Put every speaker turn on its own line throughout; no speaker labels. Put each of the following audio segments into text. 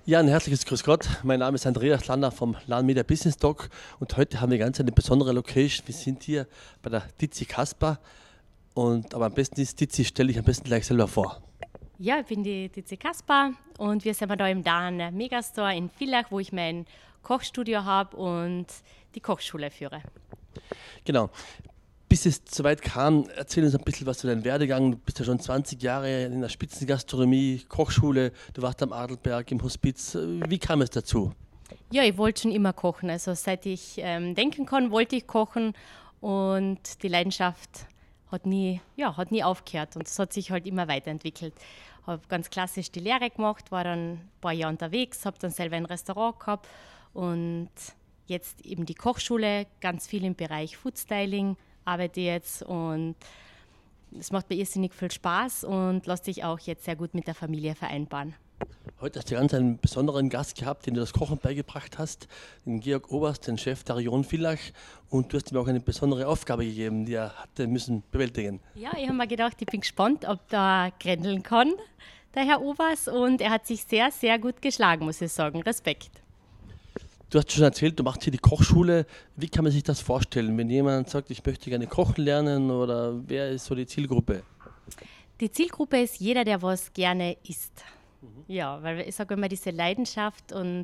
Ja, ein herzliches Grüß Gott. Mein Name ist Andreas Lander vom LAN Media Business Talk und heute haben wir ganz eine besondere Location. Wir sind hier bei der Tizi Kasper aber am besten ist, Tizi, stelle ich am besten gleich selber vor.
Ja, ich bin die Tizi Kasper und wir sind da im Dan Megastore in Villach, wo ich mein Kochstudio habe und die Kochschule führe.
Genau. Bis es soweit kam, erzähl uns ein bisschen was zu deinem Werdegang. Du bist ja schon 20 Jahre in der Spitzengastronomie, Kochschule, du warst am Adelberg im Hospiz. Wie kam es dazu?
Ja, ich wollte schon immer kochen. Also seit ich denken kann, wollte ich kochen und die Leidenschaft hat nie aufgehört und es hat sich halt immer weiterentwickelt. Habe ganz klassisch die Lehre gemacht, war dann ein paar Jahre unterwegs, habe dann selber ein Restaurant gehabt und jetzt eben die Kochschule, ganz viel im Bereich Foodstyling arbeite jetzt und es macht mir irrsinnig viel Spaß und lässt sich auch jetzt sehr gut mit der Familie vereinbaren.
Heute hast du ganz einen besonderen Gast gehabt, den du das Kochen beigebracht hast, den Georg Oberst, den Chef der Region Villach, und du hast ihm auch eine besondere Aufgabe gegeben, die er hatte müssen bewältigen.
Ja, ich habe mir gedacht, ich bin gespannt, ob der grendeln kann, der Herr Oberst, und er hat sich sehr, sehr gut geschlagen, muss ich sagen. Respekt.
Du hast schon erzählt, du machst hier die Kochschule. Wie kann man sich das vorstellen, wenn jemand sagt, ich möchte gerne kochen lernen, oder wer ist so die Zielgruppe?
Die Zielgruppe ist jeder, der was gerne isst. Ja, weil ich sage immer, diese Leidenschaft und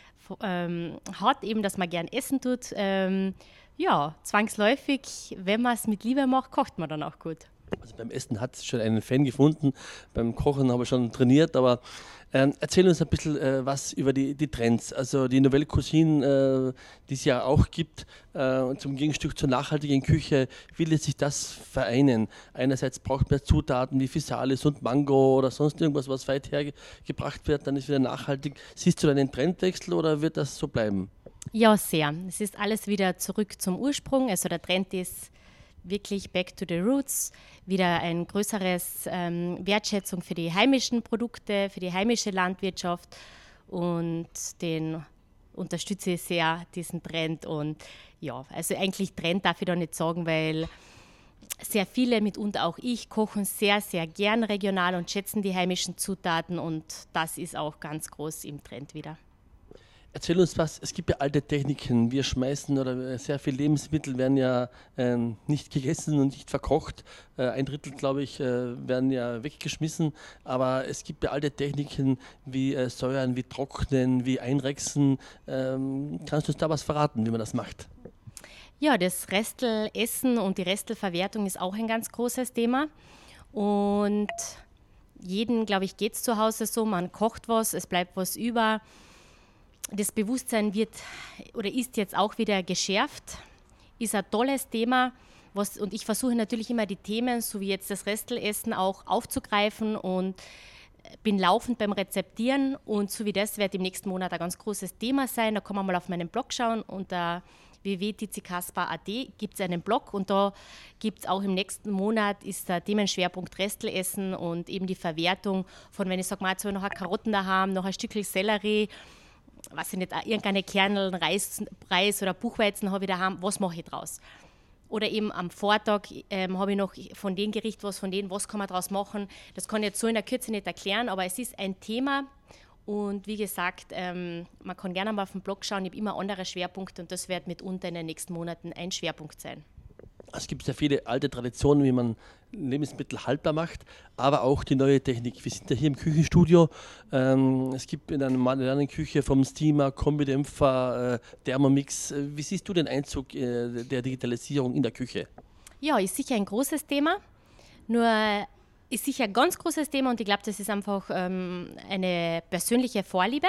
hat eben, dass man gern essen tut. Ja, zwangsläufig, wenn man es mit Liebe macht, kocht man dann auch gut.
Also beim Essen hat es schon einen Fan gefunden, beim Kochen habe ich schon trainiert, aber erzähl uns ein bisschen was über die Trends, also die Nouvelle Cuisine, die es ja auch gibt, und zum Gegenstück zur nachhaltigen Küche. Wie lässt sich das vereinen? Einerseits braucht man Zutaten wie Physalis und Mango oder sonst irgendwas, was weit hergebracht wird, dann ist wieder nachhaltig. Siehst du da einen Trendwechsel oder wird das so bleiben?
Ja, sehr. Es ist alles wieder zurück zum Ursprung. Also der Trend ist wirklich back to the roots, wieder ein größeres Wertschätzung für die heimischen Produkte, für die heimische Landwirtschaft, und den unterstütze ich sehr, diesen Trend. Und ja, also eigentlich Trend darf ich da nicht sagen, weil sehr viele, mitunter auch ich, kochen sehr, sehr gern regional und schätzen die heimischen Zutaten, und das ist auch ganz groß im Trend wieder.
Erzähl uns was, es gibt ja alte Techniken, wir schmeißen oder sehr viele Lebensmittel werden ja nicht gegessen und nicht verkocht. Ein Drittel, glaube ich, werden ja weggeschmissen, aber es gibt ja alte Techniken wie Säuern, wie Trocknen, wie Einrechsen. Kannst du uns da was verraten, wie man das macht?
Ja, das Restelessen und die Restelverwertung ist auch ein ganz großes Thema, und jedem, glaube ich, geht es zu Hause so, man kocht was, es bleibt was über. Das Bewusstsein wird oder ist jetzt auch wieder geschärft, ist ein tolles Thema, und ich versuche natürlich immer die Themen, so wie jetzt das Restelessen, auch aufzugreifen und bin laufend beim Rezeptieren, und so wie das wird im nächsten Monat ein ganz großes Thema sein. Da kann man mal auf meinen Blog schauen, unter www.tizikasper.at gibt es einen Blog, und da gibt es auch im nächsten Monat ist der Themenschwerpunkt Restelessen und eben die Verwertung von, wenn ich sage mal, jetzt habe ich noch ein Karotten daheim, noch ein Stückchen Sellerie, weiß ich nicht, irgendeine Kernel, Reis oder Buchweizen habe ich daheim, was mache ich draus? Oder eben am Vortag habe ich noch von dem Gericht was kann man daraus machen? Das kann ich jetzt so in der Kürze nicht erklären, aber es ist ein Thema, und wie gesagt, man kann gerne mal auf den Blog schauen, ich habe immer andere Schwerpunkte, und das wird mitunter in den nächsten Monaten ein Schwerpunkt sein.
Es gibt sehr viele alte Traditionen, wie man Lebensmittel haltbar macht, aber auch die neue Technik. Wir sind ja hier im Küchenstudio. Es gibt in einer modernen Küche vom Steamer, Kombidämpfer, Thermomix. Wie siehst du den Einzug der Digitalisierung in der Küche?
Ja, ist sicher ein großes Thema, nur ist sicher ein ganz großes Thema, und ich glaube, das ist einfach eine persönliche Vorliebe.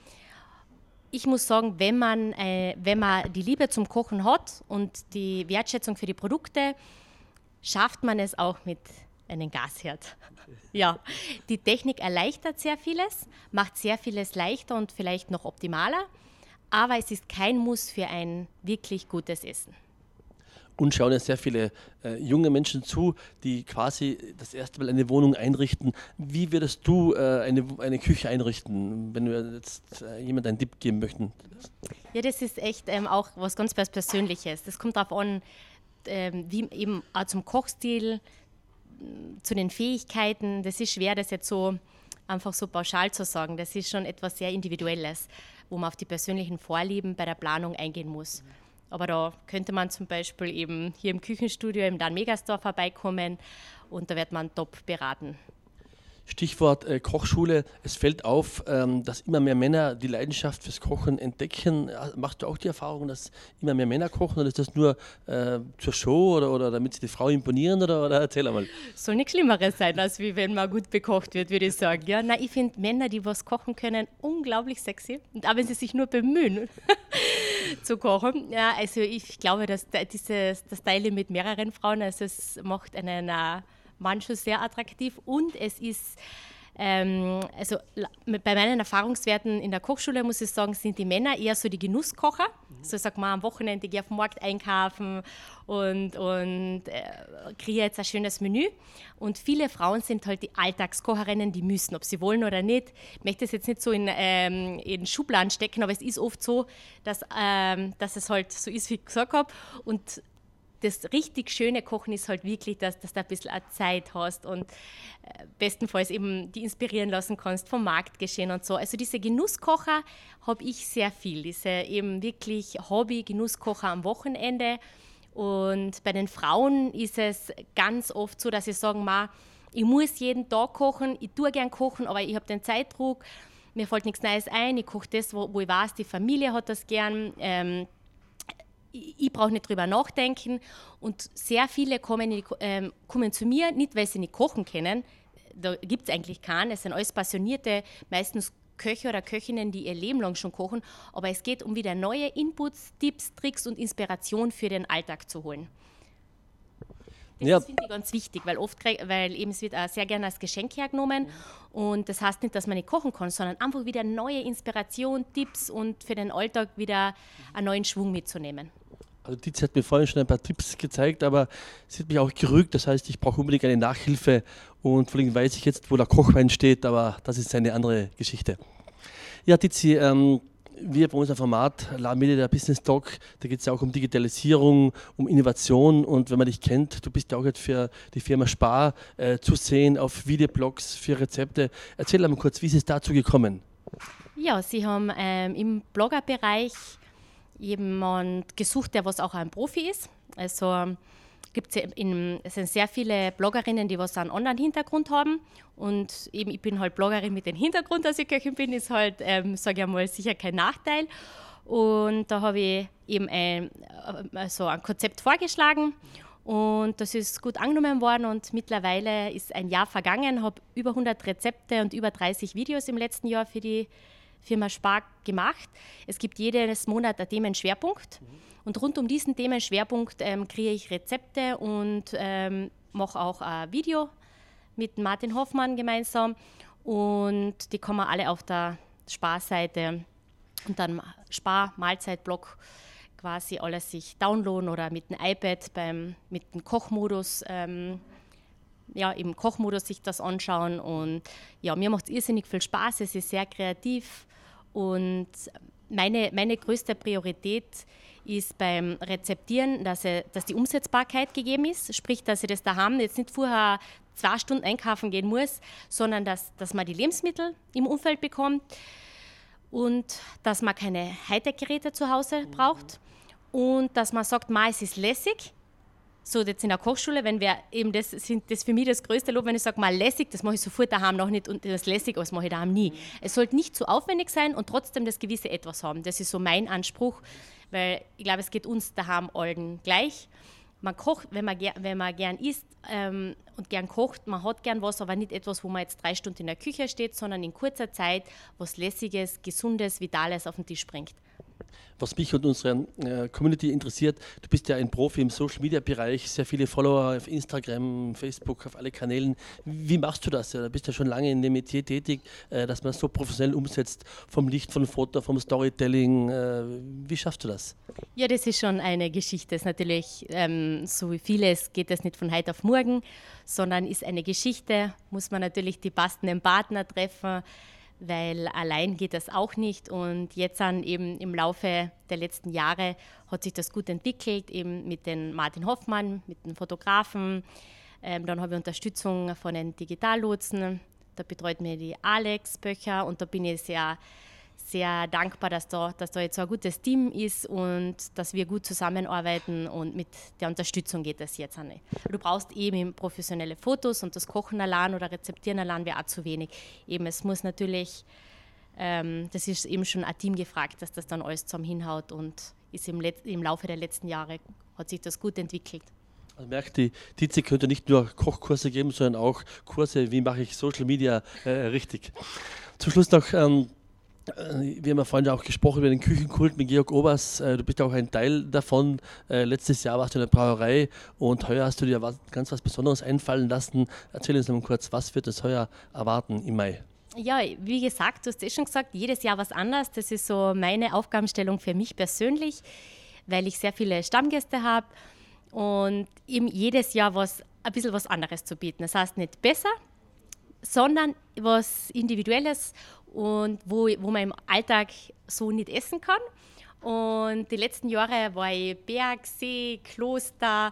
Ich muss sagen, wenn man die Liebe zum Kochen hat und die Wertschätzung für die Produkte, schafft man es auch mit einem Gasherd. Ja, die Technik erleichtert sehr vieles, macht sehr vieles leichter und vielleicht noch optimaler, aber es ist kein Muss für ein wirklich gutes Essen.
Und schauen ja sehr viele junge Menschen zu, die quasi das erste Mal eine Wohnung einrichten. Wie würdest du eine Küche einrichten, wenn wir jetzt jemand einen Tipp geben möchten?
Ja, das ist echt auch was ganz Persönliches. Das kommt darauf an, wie eben auch zum Kochstil, zu den Fähigkeiten. Das ist schwer, das jetzt so einfach so pauschal zu sagen. Das ist schon etwas sehr Individuelles, wo man auf die persönlichen Vorlieben bei der Planung eingehen muss. Aber da könnte man zum Beispiel eben hier im Küchenstudio im Dan Megastor vorbeikommen und da wird man top beraten.
Stichwort Kochschule. Es fällt auf, dass immer mehr Männer die Leidenschaft fürs Kochen entdecken. Machst du auch die Erfahrung, dass immer mehr Männer kochen oder ist das nur zur Show oder damit sie die Frau imponieren oder erzähl einmal.
Soll nichts Schlimmeres sein, als wie wenn man gut bekocht wird, würde ich sagen. Ja, nein, ich finde Männer, die was kochen können, unglaublich sexy. Und auch wenn sie sich nur bemühen zu kochen. Ja, also ich glaube, dass das Teile mit mehreren Frauen, also es macht einen Mann schon sehr attraktiv und es ist, also bei meinen Erfahrungswerten in der Kochschule muss ich sagen, sind die Männer eher so die Genusskocher. So sagt man am Wochenende, gehe auf den Markt einkaufen und kriege jetzt ein schönes Menü. Und viele Frauen sind halt die Alltagskocherinnen, die müssen, ob sie wollen oder nicht. Ich möchte das jetzt nicht so in Schubladen stecken, aber es ist oft so, dass es halt so ist, wie ich gesagt habe. Und das richtig schöne Kochen ist halt wirklich, dass du ein bisschen Zeit hast und bestenfalls eben die inspirieren lassen kannst vom Marktgeschehen und so. Also diese Genusskocher habe ich sehr viel, diese eben wirklich Hobby-Genusskocher am Wochenende. Und bei den Frauen ist es ganz oft so, dass sie sagen, ich muss jeden Tag kochen, ich tue gern kochen, aber ich habe den Zeitdruck, mir fällt nichts Neues ein, ich koche das, wo ich weiß, die Familie hat das gern. Ich brauche nicht drüber nachdenken und sehr viele kommen zu mir, nicht weil sie nicht kochen können, da gibt es eigentlich keinen, es sind alles passionierte, meistens Köche oder Köchinnen, die ihr Leben lang schon kochen, aber es geht um wieder neue Inputs, Tipps, Tricks und Inspiration für den Alltag zu holen. Das finde ich ganz wichtig, weil eben es wird auch sehr gerne als Geschenk hergenommen und das heißt nicht, dass man nicht kochen kann, sondern einfach wieder neue Inspiration, Tipps und für den Alltag wieder einen neuen Schwung mitzunehmen.
Also die hat mir vorhin schon ein paar Tipps gezeigt, aber sie hat mich auch gerügt, das heißt, ich brauche unbedingt eine Nachhilfe und vor allem weiß ich jetzt, wo der Kochwein steht, aber das ist eine andere Geschichte. Ja, Tizi, wir bei unserem Format La Media, der Business Talk, da geht es ja auch um Digitalisierung, um Innovation und wenn man dich kennt, du bist ja auch jetzt für die Firma Spar zu sehen auf Videoblogs für Rezepte. Erzähl einmal kurz, wie ist es dazu gekommen?
Ja, sie haben im Bloggerbereich jemand gesucht, der was auch ein Profi ist. Also es sind sehr viele Bloggerinnen, die was einen Online-Hintergrund haben und eben ich bin halt Bloggerin mit dem Hintergrund, dass ich Köchin bin, ist halt, sage ich mal, sicher kein Nachteil. Und da habe ich eben ein Konzept vorgeschlagen und das ist gut angenommen worden und mittlerweile ist ein Jahr vergangen, habe über 100 Rezepte und über 30 Videos im letzten Jahr für die Firma Spar gemacht. Es gibt jedes Monat einen Themenschwerpunkt und rund um diesen Themenschwerpunkt kreiere ich Rezepte und mache auch ein Video mit Martin Hoffmann gemeinsam und die kann man alle auf der Spar-Seite und dann Spar-Mahlzeit-Blog quasi alles sich downloaden oder mit dem iPad mit dem Kochmodus im Kochmodus sich das anschauen und ja, mir macht es irrsinnig viel Spaß, es ist sehr kreativ und meine größte Priorität ist beim Rezeptieren, dass die Umsetzbarkeit gegeben ist, sprich, dass ich das daheim jetzt nicht vorher 2 Stunden einkaufen gehen muss, sondern dass man die Lebensmittel im Umfeld bekommt und dass man keine Hightech-Geräte zu Hause braucht und dass man sagt, es ist lässig. So jetzt in der Kochschule, wenn wir eben das für mich das größte Lob, wenn ich sage, mal lässig, das mache ich sofort daheim noch nicht und das lässig, das mache ich daheim nie. Es sollte nicht zu aufwendig sein und trotzdem das gewisse Etwas haben. Das ist so mein Anspruch, weil ich glaube, es geht uns daheim allen gleich. Man kocht, wenn man gern isst und gern kocht, man hat gern was, aber nicht etwas, wo man jetzt 3 Stunden in der Küche steht, sondern in kurzer Zeit was Lässiges, Gesundes, Vitales auf den Tisch bringt.
Was mich und unsere Community interessiert, du bist ja ein Profi im Social-Media-Bereich, sehr viele Follower auf Instagram, Facebook, auf alle Kanälen. Wie machst du das? Du bist ja schon lange in dem Metier tätig, dass man das so professionell umsetzt, vom Licht, vom Foto, vom Storytelling. Wie schaffst du das?
Ja, das ist schon eine Geschichte. Das ist natürlich, so wie vieles, geht das nicht von heute auf morgen, sondern ist eine Geschichte, muss man natürlich die passenden Partner treffen, weil allein geht das auch nicht und jetzt dann eben im Laufe der letzten Jahre hat sich das gut entwickelt, eben mit den Martin Hoffmann, mit den Fotografen, dann habe ich Unterstützung von den Digitallotsen, Da betreut mir die Alex Böcher und da bin ich sehr, sehr dankbar, dass da jetzt so ein gutes Team ist und dass wir gut zusammenarbeiten und mit der Unterstützung geht das jetzt auch nicht. Du brauchst eben professionelle Fotos und das Kochen allein oder Rezeptieren allein wäre auch zu wenig. Eben, es muss natürlich, das ist eben schon ein Team gefragt, dass das dann alles zusammen hinhaut und ist im Laufe der letzten Jahre hat sich das gut entwickelt.
Man merkt, die Tizi könnte nicht nur Kochkurse geben, sondern auch Kurse, wie mache ich Social Media richtig. Zum Schluss noch, wir haben ja vorhin auch gesprochen über den Küchenkult mit Georg Obers. Du bist auch ein Teil davon. Letztes Jahr warst du in der Brauerei und heuer hast du dir ganz was Besonderes einfallen lassen. Erzähl uns noch mal kurz, was wird es heuer erwarten im Mai?
Ja, wie gesagt, du hast schon gesagt, jedes Jahr was anderes. Das ist so meine Aufgabenstellung für mich persönlich, weil ich sehr viele Stammgäste habe und eben jedes Jahr ein bisschen was anderes zu bieten. Das heißt nicht besser, sondern was Individuelles und wo man im Alltag so nicht essen kann. Und die letzten Jahre war ich Berg, See, Kloster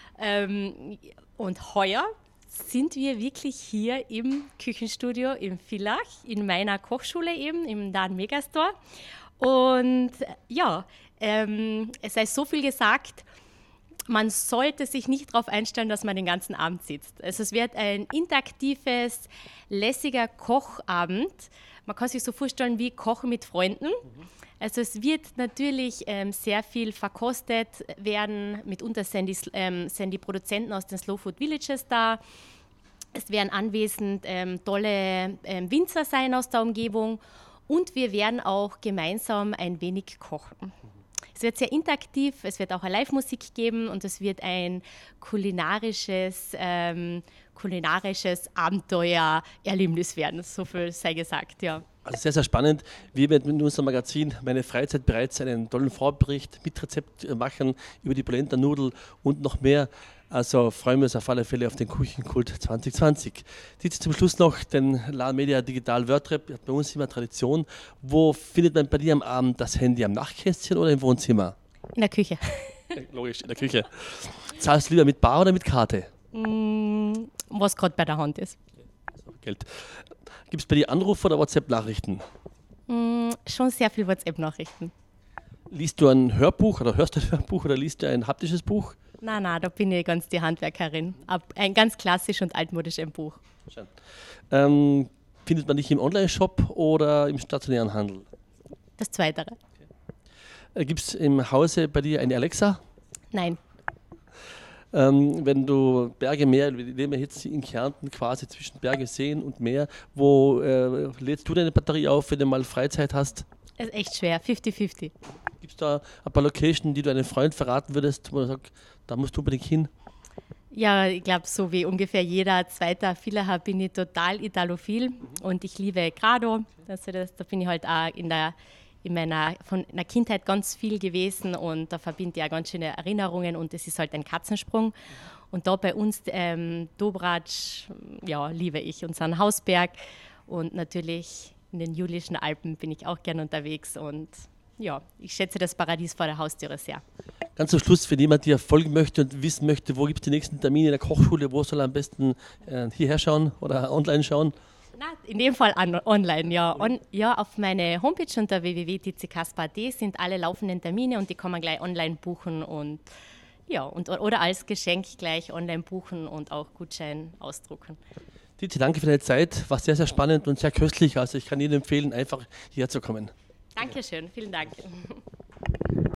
und heuer sind wir wirklich hier im Küchenstudio im Villach, in meiner Kochschule eben, im Dan Megastore. Und ja, es sei so viel gesagt, man sollte sich nicht darauf einstellen, dass man den ganzen Abend sitzt. Also es wird ein interaktives, lässiger Kochabend. Man kann sich so vorstellen wie Kochen mit Freunden. Also es wird natürlich sehr viel verkostet werden. Mitunter sind die Produzenten aus den Slow Food Villages da. Es werden anwesend tolle Winzer sein aus der Umgebung. Und wir werden auch gemeinsam ein wenig kochen. Es wird sehr interaktiv, es wird auch eine Live-Musik geben und es wird ein kulinarisches Abenteuer-Erlebnis werden, so viel sei gesagt, ja.
Also sehr, sehr spannend. Wir werden mit unserem Magazin Meine Freizeit bereits einen tollen Vorbericht mit Rezept machen über die Polenta-Nudel und noch mehr. Also freuen wir uns auf alle Fälle auf den Küchenkult 2020. Jetzt zum Schluss noch den LAN Media Digital Wordrap. Hat bei uns immer Tradition. Wo findet man bei dir am Abend das Handy? Am Nachtkästchen oder im Wohnzimmer?
In der Küche.
Logisch, in der Küche. Zahlst du lieber mit Bar oder mit Karte?
Was gerade bei der Hand ist.
Geld. Gibt es bei dir Anrufe oder WhatsApp-Nachrichten?
Schon sehr viel WhatsApp-Nachrichten.
Liest du ein Hörbuch oder hörst du ein Hörbuch oder liest du ein haptisches Buch?
Nein, da bin ich ganz die Handwerkerin. Ein ganz klassisch und altmodisch ein Buch.
Schön. Findet man dich im Online-Shop oder im stationären Handel?
Das Zweitere.
Okay. Gibt es im Hause bei dir eine Alexa?
Nein.
Wenn du Berge, Meer, wir leben ja jetzt in Kärnten quasi zwischen Berge, Seen und Meer, wo lädst du deine Batterie auf, wenn du mal Freizeit hast?
Das ist echt schwer, 50-50.
Gibt es da ein paar Locations, die du einem Freund verraten würdest, wo du sagst, da musst du unbedingt hin?
Ja, ich glaube, so wie ungefähr jeder zweite Villacher bin ich total italophil und ich liebe Grado. Also da bin ich halt auch in meiner Kindheit ganz viel gewesen und da verbinde ich auch ganz schöne Erinnerungen und es ist halt ein Katzensprung. Und da bei uns Dobratsch, ja, liebe ich unseren Hausberg und natürlich in den Julischen Alpen bin ich auch gern unterwegs und ja, ich schätze das Paradies vor der Haustüre sehr.
Ganz zum Schluss, wenn jemand dir folgen möchte und wissen möchte, wo gibt es die nächsten Termine in der Kochschule, wo soll er am besten hierher schauen oder online schauen?
Na, in dem Fall online, ja. Auf meine Homepage unter www.tizikasper.at sind alle laufenden Termine und die kann man gleich online buchen und ja, oder als Geschenk gleich online buchen und auch Gutschein ausdrucken.
Tizi, danke für deine Zeit, war sehr, sehr spannend und sehr köstlich. Also ich kann jedem empfehlen, einfach hierher zu kommen.
Dankeschön, vielen Dank.